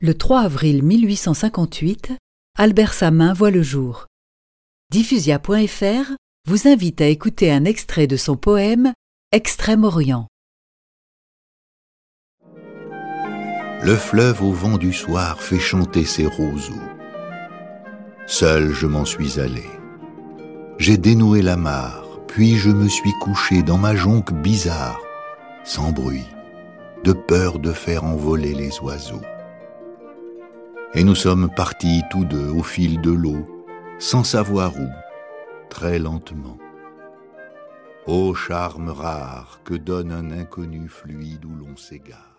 Le 3 avril 1858, Albert Samin voit le jour. Diffusia.fr vous invite à écouter un extrait de son poème « Extrême-Orient ». Le fleuve au vent du soir fait chanter ses roseaux. Seul je m'en suis allé. J'ai dénoué la mare, puis je me suis couché dans ma jonque bizarre, sans bruit, de peur de faire envoler les oiseaux. Et nous sommes partis tous deux au fil de l'eau, sans savoir où, très lentement. Ô charme rare que donne un inconnu fluide où l'on s'égare.